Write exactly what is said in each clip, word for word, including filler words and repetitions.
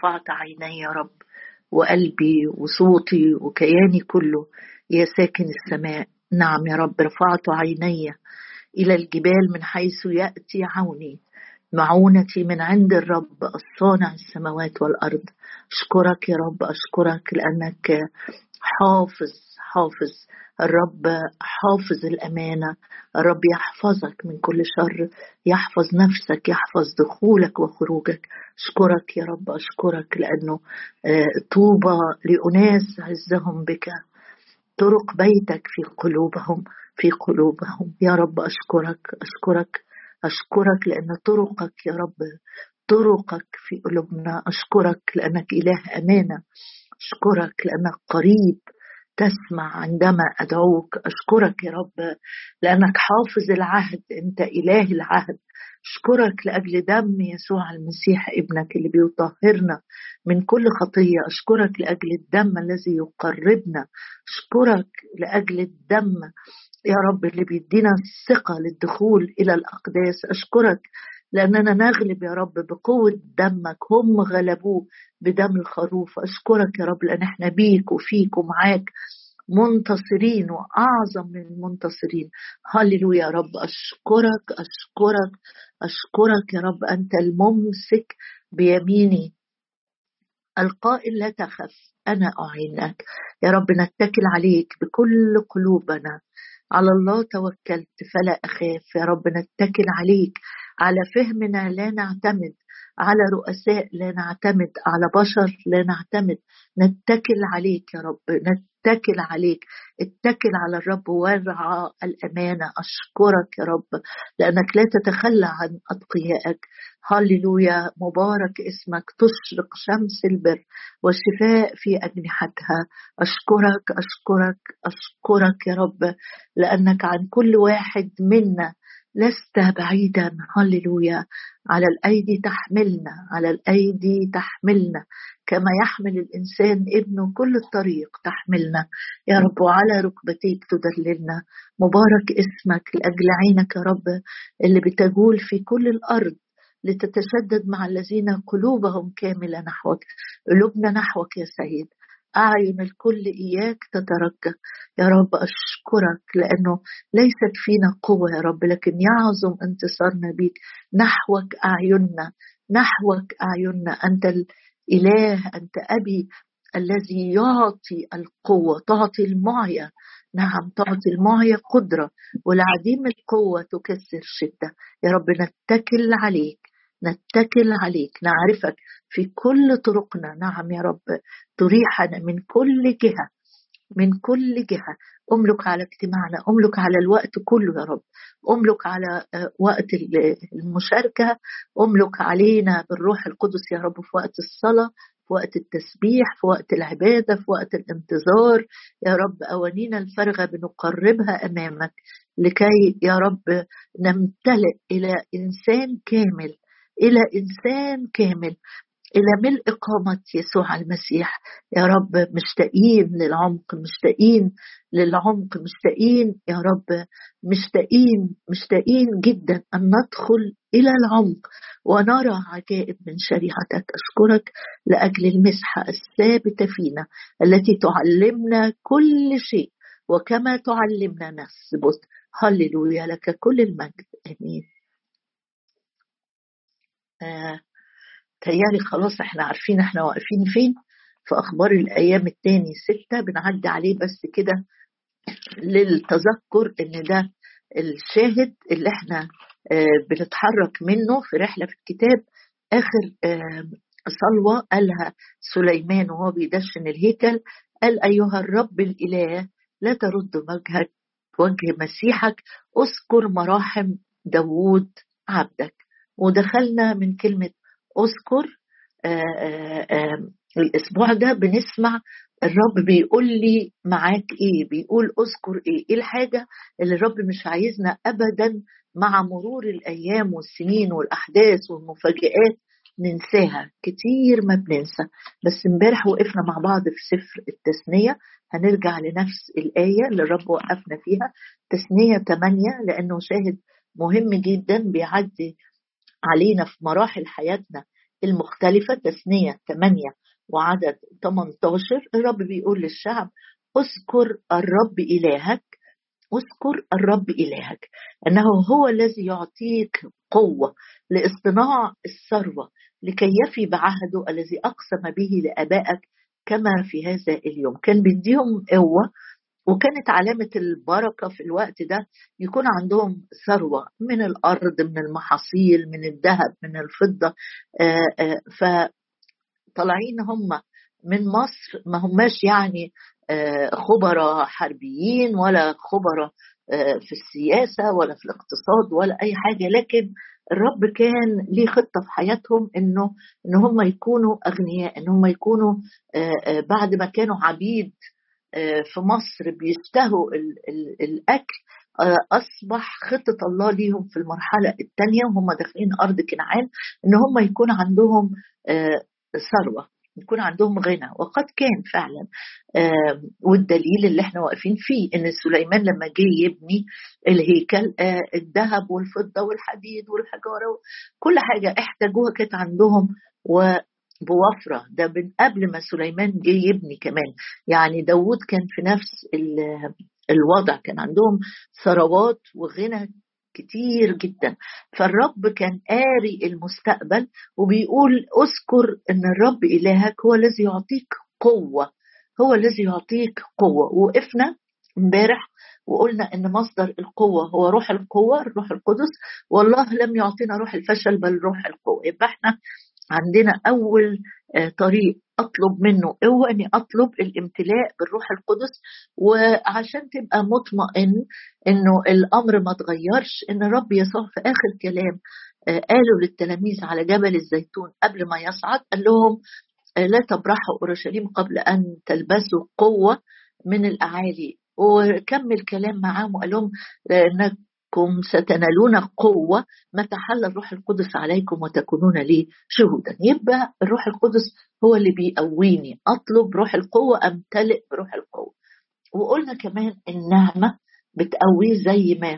رفعت عيني يا رب، وقلبي وصوتي وكياني كله يا ساكن السماء. نعم يا رب، رفعت عيني إلى الجبال من حيث يأتي عوني، معونتي من عند الرب الصانع السماوات والأرض. أشكرك يا رب، أشكرك لأنك حافظ حافظ الرب، حافظ الأمانة. الرب يحفظك من كل شر، يحفظ نفسك، يحفظ دخولك وخروجك. أشكرك يا رب، أشكرك لأنه طوبى لأناس عزهم بك، طرق بيتك في قلوبهم في قلوبهم يا رب. أشكرك أشكرك أشكرك لأن طرقك يا رب، طرقك في قلوبنا. أشكرك لأنك إله أمانة، أشكرك لأنك قريب تسمع عندما أدعوك. أشكرك يا رب لأنك حافظ العهد، أنت إله العهد. أشكرك لأجل دم يسوع المسيح ابنك اللي بيطهرنا من كل خطية. أشكرك لأجل الدم الذي يقربنا. أشكرك لأجل الدم يا رب اللي بيدينا الثقة للدخول إلى الأقداس. أشكرك لأننا نغلب يا رب بقوة دمك، هم غلبوه بدم الخروف. أشكرك يا رب لأن احنا بيك وفيك ومعاك منتصرين وأعظم من المنتصرين. هللويا يا رب. أشكرك أشكرك أشكرك يا رب، أنت الممسك بيميني القائل لا تخف أنا أعينك. يا رب نتكل عليك بكل قلوبنا، على الله توكلت فلا أخاف. يا رب نتكل عليك، على فهمنا لا نعتمد، على رؤساء لا نعتمد، على بشر لا نعتمد. نتكل عليك يا رب، نتكل عليك. اتكل على الرب وارعى الأمانة. أشكرك يا رب لأنك لا تتخلى عن أتقيائك. هللويا، مبارك اسمك. تشرق شمس البر والشفاء في أجنحتها. أشكرك أشكرك أشكرك يا رب لأنك عن كل واحد منا لست بعيدا. هللويا. على الأيدي تحملنا، على الأيدي تحملنا كما يحمل الإنسان ابنه كل الطريق. تحملنا يا رب وعلى ركبتيك تدللنا. مبارك اسمك لأجل عينك يا رب اللي بتجول في كل الأرض لتتشدد مع الذين قلوبهم كاملة نحوك. قلوبنا نحوك يا سيد، أعين الكل إياك تترجى. يا رب أشكرك لأنه ليست فينا قوة يا رب، لكن يعظم انتصارنا بيك. نحوك أعيننا، نحوك أعيننا. أنت الإله، أنت أبي الذي يعطي القوة، تعطي المعية. نعم، تعطي المعية قدرة، والعديم القوة تكسر شدة. يا رب نتكل عليك، نتكل عليك، نعرفك في كل طرقنا. نعم يا رب، تريحنا من كل جهة، من كل جهة. أملك على اجتماعنا، أملك على الوقت كله يا رب، أملك على وقت المشاركة، أملك علينا بالروح القدس يا رب، في وقت الصلاة، في وقت التسبيح، في وقت العبادة، في وقت الانتظار. يا رب أوانينا الفارغة بنقربها أمامك لكي يا رب نمتلئ إلى إنسان كامل، إلى إنسان كامل، إلى ملء إقامة يسوع المسيح. يا رب مشتاقين للعمق، مشتاقين للعمق، مشتاقين يا رب، مشتاقين مشتاقين جدا أن ندخل إلى العمق ونرى عجائب من شريعتك. أشكرك لأجل المسحة الثابتة فينا التي تعلمنا كل شيء، وكما تعلمنا نثبت. هللويا، لك كل المجد. آمين. آه تياري خلاص احنا عارفين احنا واقفين فين في أخبار الأيام التاني ستة. بنعدي عليه بس كده للتذكر ان ده الشاهد اللي احنا اه بنتحرك منه في رحلة في الكتاب. آخر اه صلوة قالها سليمان وهو بيدشن الهيكل، قال أيها الرب الإله لا ترد وجهك وجه مسيحك، اذكر مراحم داود عبدك. ودخلنا من كلمة أذكر. آآ آآ الأسبوع ده بنسمع الرب بيقول لي معاك إيه، بيقول أذكر إيه. إيه الحاجة اللي الرب مش عايزنا أبدا مع مرور الأيام والسنين والأحداث والمفاجآت ننساها؟ كتير ما بننسى. بس امبارح وقفنا مع بعض في سفر التثنية، هنرجع لنفس الآية اللي الرب وقفنا فيها، تثنية ثمانية، لأنه شاهد مهم جدا بيعدي علينا في مراحل حياتنا المختلفة. تثنية ثمانية وعدد ثمانية عشر الرب بيقول للشعب اذكر الرب إلهك، اذكر الرب إلهك أنه هو الذي يعطيك قوة لاصطناع الثروة لكي يفي بعهده الذي أقسم به لآبائك كما في هذا اليوم. كان بيديهم قوة، وكانت علامة البركة في الوقت ده يكون عندهم ثروة من الأرض، من المحاصيل، من الذهب، من الفضة. فطلعين هم من مصر ما هماش يعني خبراء حربيين ولا خبراء في السياسة ولا في الاقتصاد ولا أي حاجة، لكن الرب كان ليه خطة في حياتهم إنه إن هم يكونوا أغنياء، إن هم يكونوا بعد ما كانوا عبيد في مصر بيشتهوا الأكل، أصبح خطة الله ليهم في المرحلة الثانية وهم داخلين أرض كنعان إن هم يكون عندهم ثروة، يكون عندهم غنى. وقد كان فعلا، والدليل اللي احنا واقفين فيه ان سليمان لما جه يبني الهيكل الذهب والفضة والحديد والحجارة كل حاجة احتاجوها كانت عندهم وبوفرة. ده من قبل ما سليمان جه يبني كمان. يعني داود كان في نفس الوضع، كان عندهم ثروات وغنى كتير جدا. فالرب كان قاري المستقبل وبيقول اذكر ان الرب إلهك هو الذي يعطيك قوة، هو الذي يعطيك قوة. وقفنا امبارح وقلنا ان مصدر القوة هو روح القوة، الروح القدس، والله لم يعطينا روح الفشل بل روح القوة. يبقى احنا عندنا أول طريق أطلب منه هو أني أطلب الامتلاء بالروح القدس. وعشان تبقى مطمئن أنه الأمر ما تغيرش، أن رب يسوع في آخر كلام قالوا للتلاميذ على جبل الزيتون قبل ما يصعد قال لهم لا تبرحوا أورشليم قبل أن تلبسوا قوة من الأعالي. وكمل كلام معاهم وقال لهم لأنك كم ستنالون قوة متى حل الروح القدس عليكم وتكونون لي شهودا. يبقى الروح القدس هو اللي بيقويني، أطلب روح القوة، أمتلئ بروح القوة. وقلنا كمان النعمة بتقويه زي ما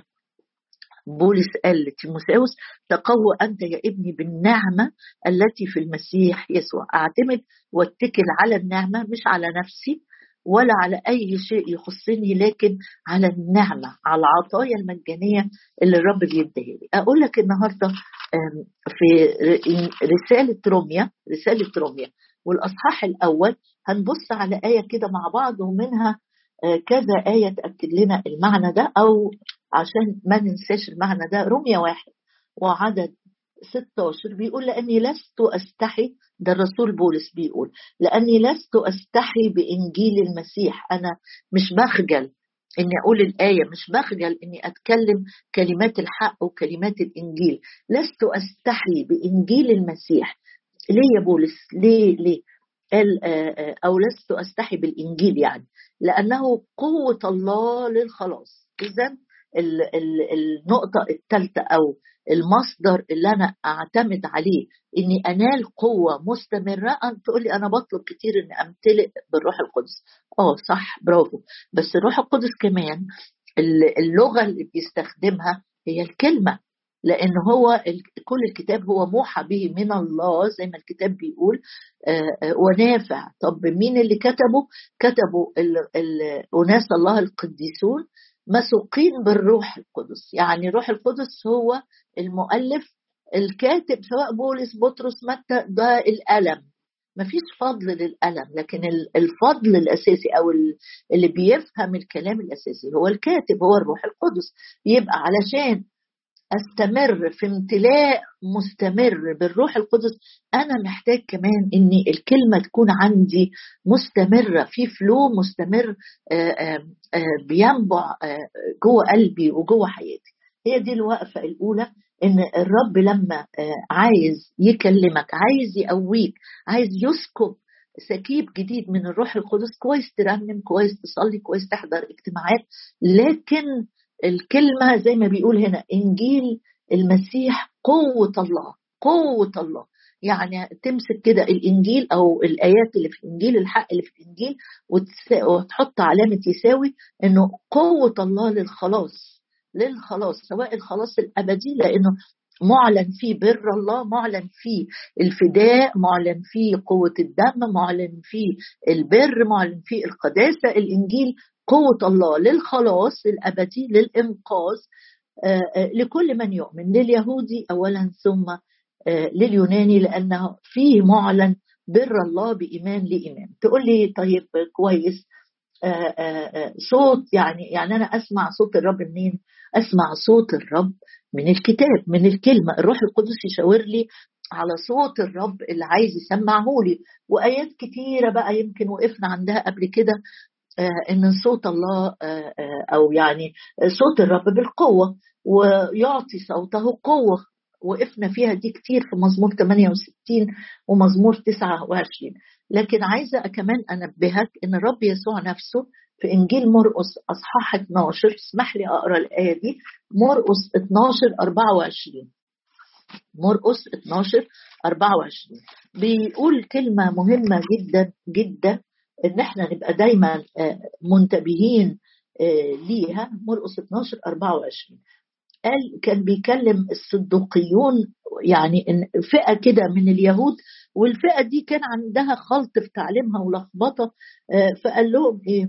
بولس قال لتيموثاوس تقوى أنت يا ابني بالنعمة التي في المسيح يسوع. أعتمد واتكل على النعمة مش على نفسي ولا على أي شيء يخصني، لكن على النعمة، على العطايا المجانية اللي الرب بيديها لي. أقول لك النهاردة في رسالة روميا، رسالة روميا والأصحاح الأول هنبص على آية كده مع بعض، ومنها كذا آية تأكد لنا المعنى ده، أو عشان ما ننساش المعنى ده. روميا واحد وعدد ستة عشر بيقول لأني لست أستحي، ده الرسول بولس بيقول لأني لست أستحي بإنجيل المسيح. أنا مش بخجل إني أقول الآية، مش بخجل إني أتكلم كلمات الحق وكلمات الإنجيل. لست أستحي بإنجيل المسيح. ليه يا بولس؟ ليه ليه قال أو لست أستحي بالإنجيل؟ يعني لأنه قوة الله للخلاص. إذن النقطة الثالثة أو المصدر اللي أنا أعتمد عليه إني أنال قوة مستمرة. أن تقول لي أنا بطلب كتير إني أمتلئ بالروح القدس. آه صح، برافو، بس الروح القدس كمان اللغة اللي بيستخدمها هي الكلمة، لأن هو كل الكتاب هو موحى به من الله زي ما الكتاب بيقول ونافع. طب مين اللي كتبه؟ كتبوا أناس الله القديسون مسوقين بالروح القدس. يعني الروح القدس هو المؤلف الكاتب، سواء بولس بطرس متى، ده القلم. مفيش فضل للقلم، لكن الفضل الأساسي أو اللي بيفهم الكلام الأساسي هو الكاتب، هو الروح القدس. يبقى علشان أستمر في امتلاء مستمر بالروح القدس أنا محتاج كمان إني الكلمة تكون عندي مستمرة في فلو مستمر بينبع جوه قلبي وجوه حياتي. هي دي الوقفة الأولى، إن الرب لما عايز يكلمك، عايز يقويك، عايز يسكب سكيب جديد من الروح القدس. كويس ترنم، كويس تصلي، كويس تحضر اجتماعات، لكن الكلمة زي ما بيقول هنا إنجيل المسيح قوة الله، قوة الله. يعني تمسك كده الإنجيل أو الآيات اللي في الإنجيل، الحق اللي في الإنجيل، وتحط علامة يساوي إنه قوة الله للخلاص، للخلاص، سواء الخلاص الأبدي لأنه معلن فيه بر الله، معلن فيه الفداء، معلن فيه قوة الدم، معلن فيه البر، معلن فيه القداسة. الإنجيل قوة الله للخلاص الأبدي للإنقاذ لكل من يؤمن، لليهودي أولا ثم لليوناني، لأنه فيه معلن بر الله بإيمان لإيمان. تقول لي طيب كويس، آآ آآ صوت يعني يعني أنا أسمع صوت الرب منين؟ أسمع صوت الرب من الكتاب، من الكلمة. الروح القدس يشاور لي على صوت الرب اللي عايز يسمعه لي. وآيات كتيرة بقى يمكن وقفنا عندها قبل كده، إن صوت الله أو يعني صوت الرب بالقوة، ويعطي صوته قوة. وقفنا فيها دي كتير في مزمور ثمانية وستين ومزمور تسعة وعشرين. لكن عايزة كمان أنبهك إن الرب يسوع نفسه في إنجيل مرقس أصحاح اثناشر، اسمح لي أقرأ الآية دي، مرقس اثناشر أربعة وعشرين. مرقس اثناشر أربعة وعشرين بيقول كلمة مهمة جدا جدا إن احنا نبقى دايما منتبهين ليها. مرقس اثناشر أربعة وعشرين قال، كان بيكلم الصدوقيون، يعني فئة كده من اليهود، والفئة دي كان عندها خلط في تعليمها ولخبطة. فقال لهم إيه؟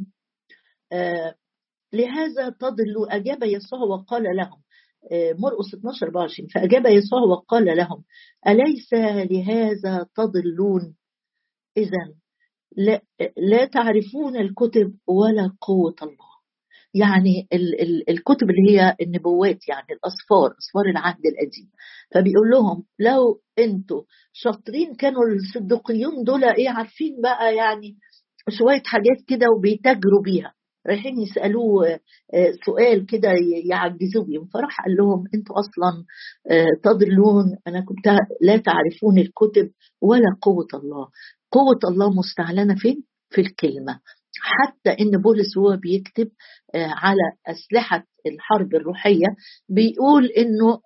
لهذا تضلوا. أجاب يسوع وقال لهم، مرقس اثناشر أربعة وعشرين، فأجاب يسوع وقال لهم أليس لهذا تضلون؟ إذن لا, لا تعرفون الكتب ولا قوة الله. يعني ال ال الكتب اللي هي النبوات، يعني الأسفار، أسفار العهد القديم. فبيقول لهم لو انتوا شاطرين، كانوا الصدوقيون دول ايه، عارفين بقى يعني شوية حاجات كده وبيتاجروا بيها، رايحين يسألوه سؤال كده يعجزوا بيهم. فراح قال لهم انتوا أصلا تضلون، أنا كنت لا تعرفون الكتب ولا قوة الله. قوة الله مستعلنة فين؟ في الكلمة. حتى إن بولس هو بيكتب على أسلحة الحرب الروحية بيقول إنه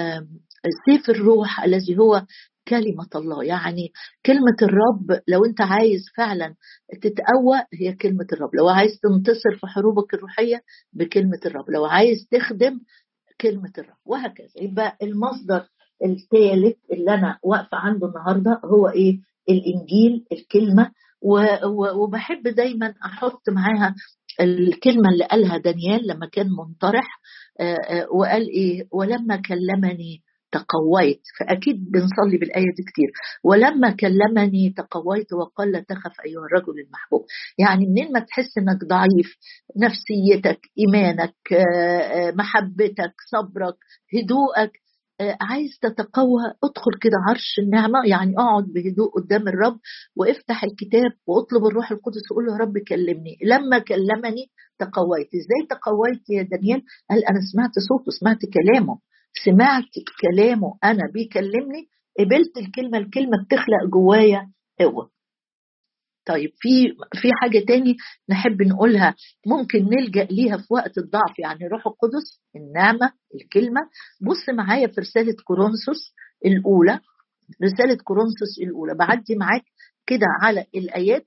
سيف الروح الذي هو كلمة الله. يعني كلمة الرب، لو أنت عايز فعلا تتقوى هي كلمة الرب، لو عايز تنتصر في حروبك الروحية بكلمة الرب، لو عايز تخدم كلمة الرب، وهكذا. يبقى المصدر الثالث اللي أنا واقفة عنده النهاردة هو إيه؟ الإنجيل، الكلمة. وبحب دايما أحط معاها الكلمة اللي قالها دانيال لما كان منطرح، وقال إيه؟ ولما كلمني تقويت. فأكيد بنصلي بالآية دي كتير، ولما كلمني تقويت وقال لا تخف أيها الرجل المحبوب. يعني منين ما تحس إنك ضعيف، نفسيتك، إيمانك، محبتك، صبرك، هدوءك، عايز تتقوى، ادخل كده عرش النعمة، يعني اقعد بهدوء قدام الرب وافتح الكتاب واطلب الروح القدس وقول له يا رب كلمني. لما كلمني تقويت. ازاي تقويت يا دانيال؟ قال انا سمعت صوته، سمعت كلامه، سمعت كلامه، انا بيكلمني، قبلت الكلمة، الكلمة بتخلق جوايا قوة. طيب في في حاجة تاني نحب نقولها، ممكن نلجأ ليها في وقت الضعف، يعني روح القدس، النعمة، الكلمة. بص معايا في رسالة كورنثوس الأولى، رسالة كورنثوس الأولى، بعدي معاك كده على الآيات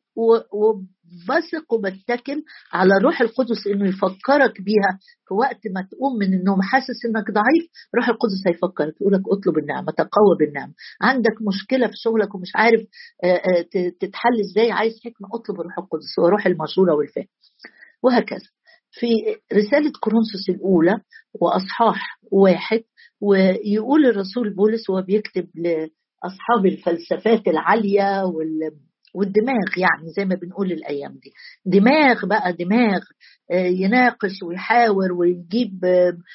وبثق وبتكل على الروح القدس إنه يفكرك بيها في وقت ما تقوم من النوم حاسس إنك ضعيف. روح القدس هيفكرك، يقولك اطلب النعمة، تقوى بالنعمة. عندك مشكلة في شغلك ومش عارف تتحل إزاي، عايز حكمة، اطلب الروح القدس، هو روح المشورة والفهم. وهكذا في رسالة كورنثوس الأولى وأصحاح واحد، ويقول الرسول بولس وهو بيكتب لأصحاب الفلسفات العالية والدماغ، يعني زي ما بنقول الأيام دي دماغ بقى، دماغ يناقش ويحاور ويجيب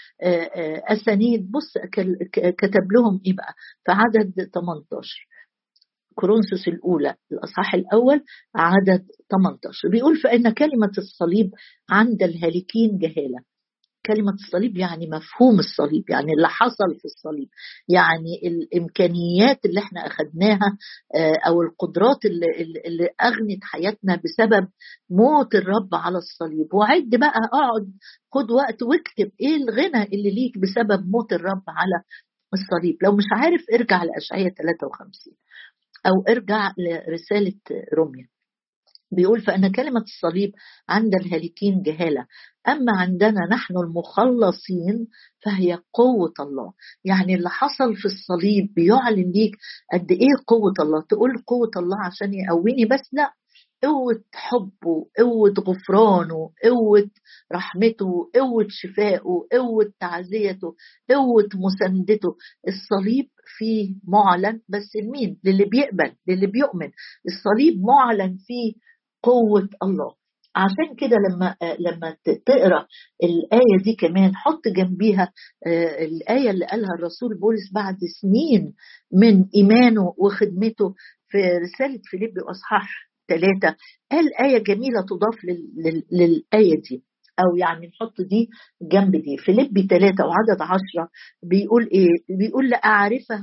أسانيد. بص كتب لهم إيه بقى في عدد ثمانية عشر، كورنثوس الأولى الأصحاح الأول عدد ثمانية عشر، بيقول فإن كلمة الصليب عند الهالكين جهالة. كلمة الصليب يعني مفهوم الصليب، يعني اللي حصل في الصليب، يعني الإمكانيات اللي احنا أخدناها أو القدرات اللي, اللي أغنت حياتنا بسبب موت الرب على الصليب. وعد بقى، أقعد خد وقت واكتب إيه الغنى اللي ليك بسبب موت الرب على الصليب. لو مش عارف ارجع لأشعياء ثلاثة وخمسين أو ارجع لرسالة روميا. بيقول فإن كلمة الصليب عند الهالكين جهالة، أما عندنا نحن المخلصين فهي قوة الله. يعني اللي حصل في الصليب بيعلن ليك قد إيه قوة الله. تقول قوة الله عشان يقويني بس؟ لا، قوة حبه، قوة غفرانه، قوة رحمته، قوة شفائه، قوة تعزيته، قوة مساندته. الصليب فيه معلن بس لمين؟ للي بيقبل، للي بيؤمن. الصليب معلن فيه قوة الله. عشان كده لما لما تقرا الآية دي كمان حط جنبيها الآية اللي قالها الرسول بولس بعد سنين من إيمانه وخدمته في رسالة فيليبي أصحاح ثلاثة. قال آية جميلة تضاف للآية دي، أو يعني نحط دي جنب دي. فيليبي ثلاثة وعدد عشرة بيقول إيه؟ بيقول لأعرفه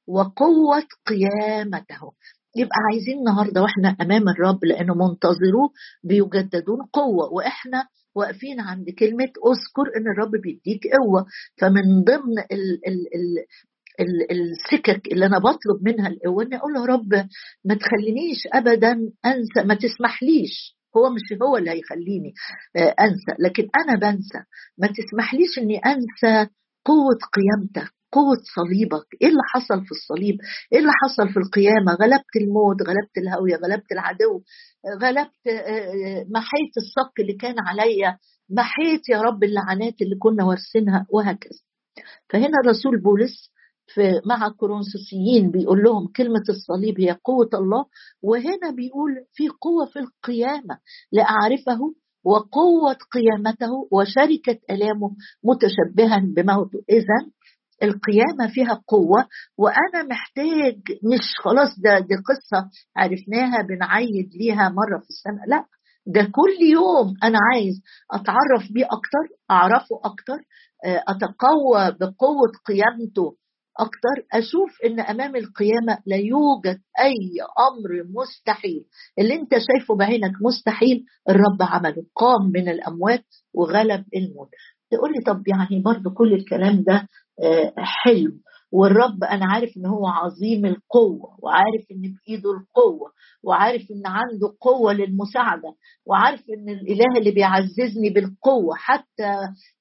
وقوة قيامته. يبقى عايزين النهارده واحنا امام الرب لانه منتظروه بيجددون قوه، واحنا واقفين عند كلمه اذكر ان الرب بيديك قوه. فمن ضمن ال ال ال ال السكك اللي انا بطلب منها القوه اني اقول له رب ما تخلينيش ابدا انسى، ما تسمحليش. هو مش هو اللي هيخليني انسى، لكن انا بنسى. ما تسمحليش اني انسى قوه قيامتك، قوة صليبك. ايه اللي حصل في الصليب؟ ايه اللي حصل في القيامة؟ غلبت الموت، غلبت الهوية، غلبت العدو، غلبت، محيت الصك اللي كان عليا، محيت يا رب اللعنات اللي كنا وارثينها، وهكذا. فهنا الرسول بولس في مع كورنثوسيين بيقول لهم كلمة الصليب هي قوة الله، وهنا بيقول في قوة في القيامة لأعرفه وقوة قيامته وشركة ألامه متشبها بموته. إذن القيامة فيها قوة، وأنا محتاج، مش خلاص ده دي قصة عرفناها بنعيد ليها مرة في السنة، لا، ده كل يوم أنا عايز أتعرف بيه أكتر، أعرفه أكتر، أتقوى بقوة قيامته أكتر، أشوف إن أمام القيامة لا يوجد أي أمر مستحيل. اللي أنت شايفه بعينك مستحيل الرب عمله، قام من الأموات وغلب الموت. تقولي طب يعني برضو كل الكلام ده حلو، والرب أنا عارف إن هو عظيم القوة، وعارف إن بإيده القوة، وعارف إن عنده قوة للمساعدة، وعارف إن الإله اللي بيعززني بالقوة. حتى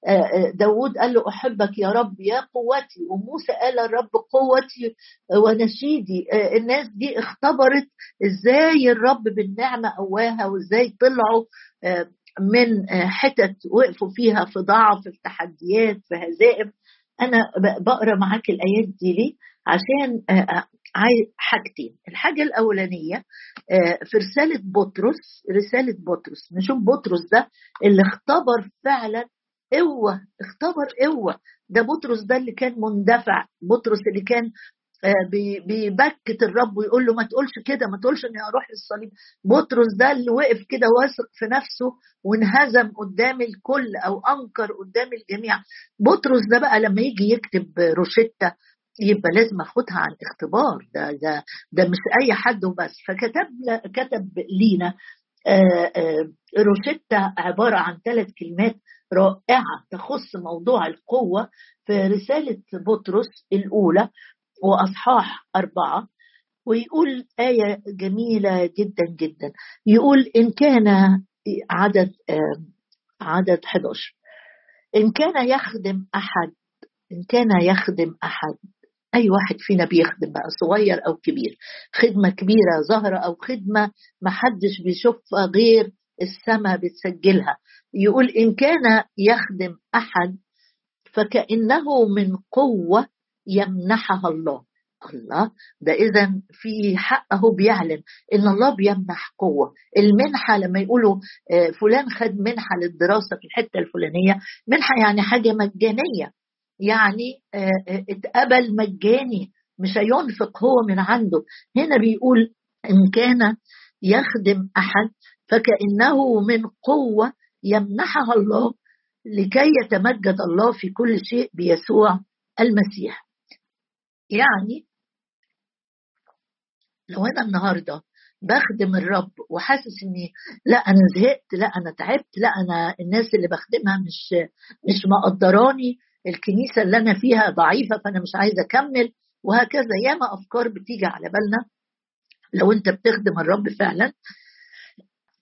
داود قال له أحبك يا رب يا قوتي، وموسى قال الرب قوتي ونشيدي. الناس دي اختبرت إزاي الرب بالنعمة قواها، وإزاي طلعوا من حتت وقفوا فيها في ضعف، في تحديات، في هزائم. أنا بقرأ معاك الآيات دي ليه؟ عشان حاجتين. الحاجة الأولانية في رسالة بطرس، رسالة بطرس نشوف بطرس ده اللي اختبر فعلا قوة، اختبر قوة. ده بطرس ده اللي كان مندفع، بطرس اللي كان بيبكت الرب ويقول له ما تقولش كده، ما تقولش اني هروح للصليب. بطرس ده اللي وقف كده واثق في نفسه وانهزم قدام الكل او انكر قدام الجميع. بطرس ده بقى لما يجي يكتب روشتة يبقى لازم اخدها عن اختبار. ده ده ده مش اي حد وبس. فكتب كتب لينا روشتة عبارة عن ثلاث كلمات رائعة تخص موضوع القوة في رسالة بطرس الأولى وأصحاح أربعة. ويقول آية جميلة جدا جدا، يقول إن كان عدد عدد إحدى عشر إن كان يخدم أحد إن كان يخدم أحد أي واحد فينا بيخدم بقى صغير أو كبير، خدمة كبيرة ظاهرة أو خدمة محدش بيشوفها غير السماء بتسجلها. يقول إن كان يخدم أحد فكأنه من قوة يمنحها الله. الله ده إذن في حقه بيعلن إن الله بيمنح قوة. المنحة لما يقولوا فلان خد منحة للدراسة في الحتة الفلانية، منحة يعني حاجة مجانية، يعني اتقبل مجاني، مش هينفق هو من عنده. هنا بيقول إن كان يخدم أحد فكأنه من قوة يمنحها الله لكي يتمجد الله في كل شيء بيسوع المسيح. يعني لو أنا النهاردة بخدم الرب وحاسس إني لا أنا زهقت، لا أنا تعبت، لا أنا الناس اللي بخدمها مش مش مقدراني، الكنيسة اللي أنا فيها ضعيفة فأنا مش عايزة أكمل، وهكذا ياما أفكار بتيجي على بالنا. لو أنت بتخدم الرب فعلا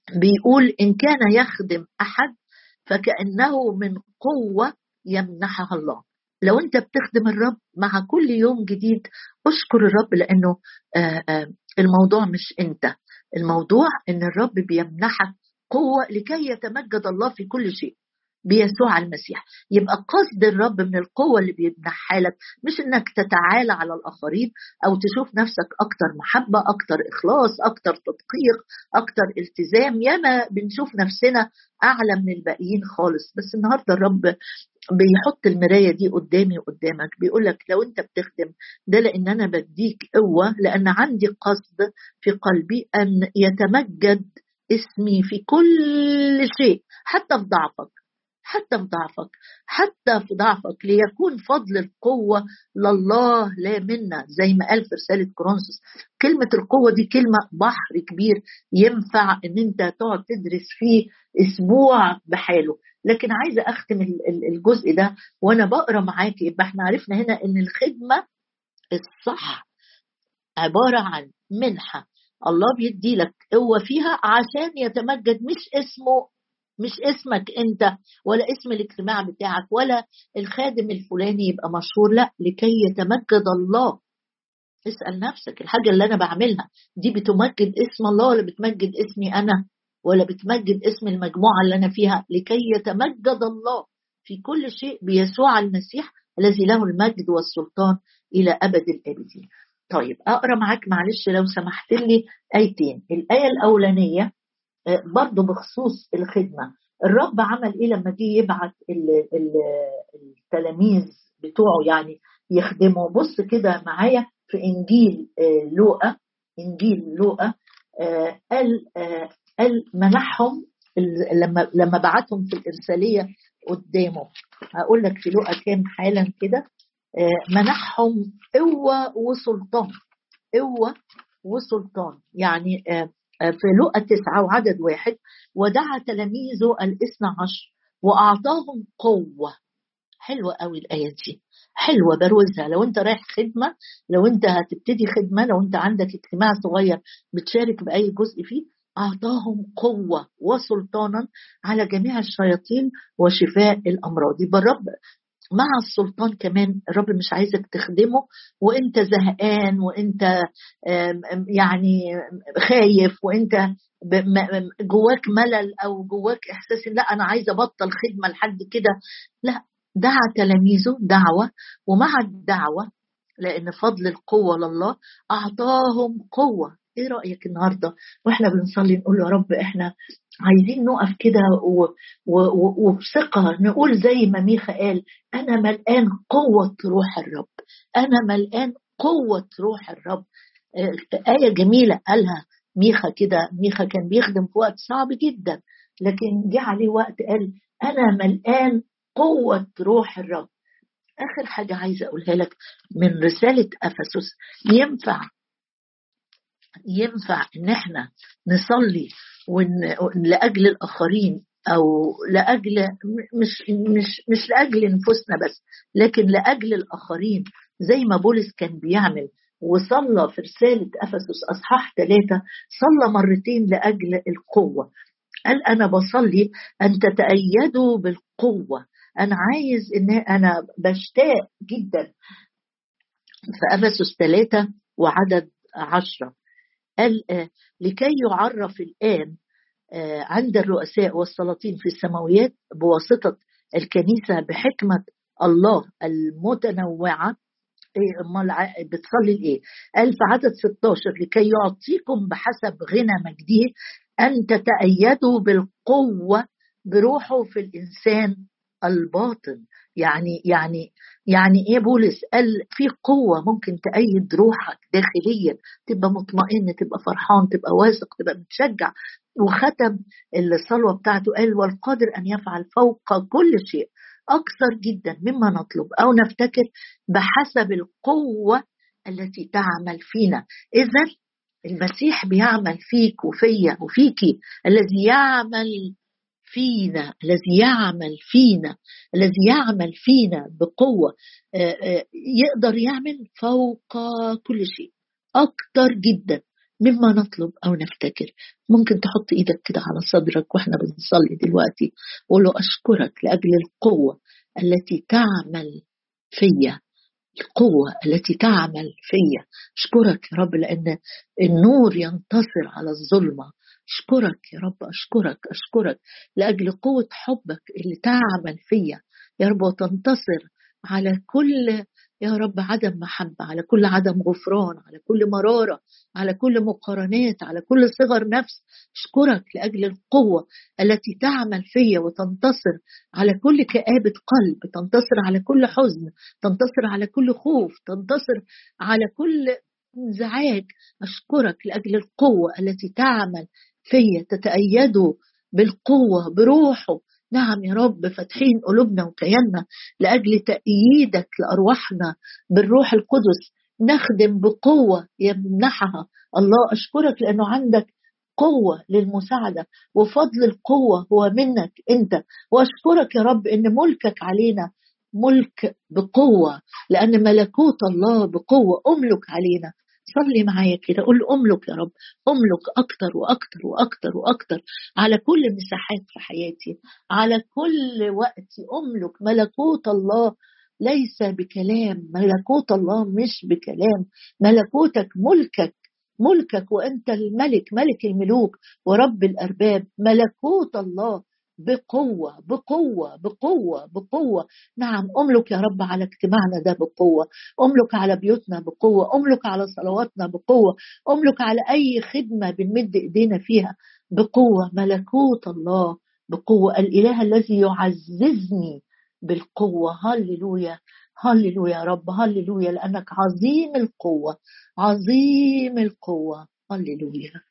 بيقول إن كان يخدم أحد فكأنه من قوة يمنحها الله. لو أنت بتخدم الرب مع كل يوم جديد أشكر الرب، لأنه آآ آآ الموضوع مش أنت، الموضوع إن الرب بيمنحك قوة لكي يتمجد الله في كل شيء بيسوع المسيح. يبقى قصد الرب من القوة اللي بيمنحها لك مش انك تتعالى على الآخرين او تشوف نفسك اكتر محبة، اكتر اخلاص، اكتر تدقيق، اكتر التزام. ياما بنشوف نفسنا اعلى من الباقيين خالص، بس النهاردة الرب بيحط المراية دي قدامي وقدامك، بيقولك لو انت بتخدم ده لان انا بديك قوة، لان عندي قصد في قلبي ان يتمجد اسمي في كل شيء، حتى في ضعفك، حتى في ضعفك حتى في ضعفك ليكون فضل القوة لله لا منا، زي ما قال في رسالة كورنثوس. كلمة القوة دي كلمة بحر كبير ينفع ان انت تقعد تدرس فيه اسبوع بحاله. لكن عايزة اختم الجزء ده وانا بقرا معاكي. يبقى احنا عرفنا هنا ان الخدمة الصح عبارة عن منحة الله بيدي لك قوة فيها عشان يتمجد، مش اسمه، مش اسمك انت ولا اسم الاجتماع بتاعك ولا الخادم الفلاني يبقى مشهور، لا، لكي يتمجد الله. اسأل نفسك، الحاجة اللي انا بعملها دي بتمجد اسم الله ولا بتمجد اسمي انا ولا بتمجد اسم المجموعة اللي انا فيها؟ لكي يتمجد الله في كل شيء بيسوع المسيح الذي له المجد والسلطان الى ابد الابدين. طيب اقرا معاك معلش لو سمحت لي ايتين. الايه الاولانيه برضو بخصوص الخدمة، الرب عمل ايه لما جه يبعت التلاميذ بتوعه يعني يخدموا؟ بص كده معايا في انجيل لوقا، انجيل لوقا قال قال منحهم لما لما بعتهم في الارساليه قدامه. هقول لك في لوقا كام حالا كده، منحهم قوه وسلطان، قوه وسلطان. يعني في لوقا تسعة وعدد واحد، ودعا تلاميذه الاثنى عشر وأعطاهم قوة. حلوة قوي الآية دي، حلوة بروزها. لو انت رايح خدمة، لو انت هتبتدي خدمة، لو انت عندك اجتماع صغير بتشارك بأي جزء فيه، أعطاهم قوة وسلطانا على جميع الشياطين وشفاء الأمراض. يبقى الرب مع السلطان كمان. الرب مش عايزك تخدمه وانت زهقان وانت يعني خايف وانت جواك ملل او جواك احساس لا انا عايزه ابطل خدمه لحد كده. لا، دعا تلاميذه دعوه، ومع الدعوه لان فضل القوه لله اعطاهم قوه. ايه رايك النهارده واحنا بنصلي نقول يا رب احنا عايزين نقف كده وبثقة نقول زي ما ميخا قال أنا ملقان قوة روح الرب، أنا ملقان قوة روح الرب. آية جميلة قالها ميخا كده. ميخا كان بيخدم في وقت صعب جدا، لكن جه عليه وقت قال أنا ملقان قوة روح الرب. آخر حاجة عايزة أقولها لك من رسالة أفسس، ينفع ينفع ان احنا نصلي لاجل الاخرين او لاجل مش مش مش لاجل نفوسنا بس، لكن لاجل الاخرين زي ما بولس كان بيعمل وصلى في رسالة أفسس أصحاح ثلاثة، صلى مرتين لأجل القوة. قال أنا بصلي أن تتأيدوا بالقوة. أنا عايز إن أنا بشتاق جدا في أفسس ثلاثة وعدد عشرة، قال لكي يعرف الآن عند الرؤساء والسلاطين في السماويات بواسطة الكنيسة بحكمة الله المتنوعة. بتصلي الإيه؟ قال في عدد ستة عشر لكي يعطيكم بحسب غنى مجده أن تتأيدوا بالقوة بروحه في الإنسان الباطن. يعني يعني يعني ايه بولس؟ قال في قوة ممكن تأيد روحك داخليا، تبقى مطمئن، تبقى فرحان، تبقى واثق، تبقى متشجع. وختم الصلوة بتاعته قال والقادر أن يفعل فوق كل شيء أكثر جدا مما نطلب أو نفتكر بحسب القوة التي تعمل فينا. إذن المسيح بيعمل فيك وفيا وفيكي، الذي يعمل فينا الذي يعمل فينا الذي يعمل فينا بقوة يقدر يعمل فوق كل شيء أكتر جدا مما نطلب أو نفتكر. ممكن تحط إيدك كده على صدرك وإحنا بنصلي دلوقتي، وقول له أشكرك لأجل القوة التي تعمل فيا، القوة التي تعمل فيا. أشكرك يا رب لأن النور ينتصر على الظلمة. أشكرك يا رب، أشكرك أشكرك لأجل قوة حبك اللي تعمل فيا يا رب، وتنتصر على كل يا رب عدم محبة، على كل عدم غفران، على كل مرارة، على كل مقارنات، على كل صغر نفس. أشكرك لأجل القوة التي تعمل فيا وتنتصر على كل كآبة قلب، تنتصر على كل حزن، تنتصر على كل خوف، تنتصر على كل انزعاج. أشكرك لأجل القوة التي تعمل فيا، تتأيدوا بالقوة بروحه. نعم يا رب، فاتحين قلوبنا وكياننا لأجل تأييدك لأرواحنا بالروح القدس، نخدم بقوة يمنحها الله. أشكرك لأنه عندك قوة للمساعدة، وفضل القوة هو منك أنت. وأشكرك يا رب إن ملكك علينا ملك بقوة، لأن ملكوت الله بقوة. أملك علينا. صلي معايا كده، قول أملك يا رب، أملك أكتر وأكتر وأكتر وأكتر على كل مساحات في حياتي، على كل وقت. أملك ملكوت الله ليس بكلام، ملكوت الله مش بكلام، ملكوتك ملكك ملكك، وأنت الملك، ملك الملوك ورب الأرباب. ملكوت الله بقوة بقوة بقوة بقوة. نعم، أملك يا رب على اجتماعنا ده بقوة، أملك على بيوتنا بقوة، أملك على صلواتنا بقوة، أملك على أي خدمة بنمد إيدينا فيها بقوة. ملكوت الله بقوة، الإله الذي يعززني بالقوة. هللويا هللويا يا رب، هللويا، لأنك عظيم القوة، عظيم القوة. هللويا.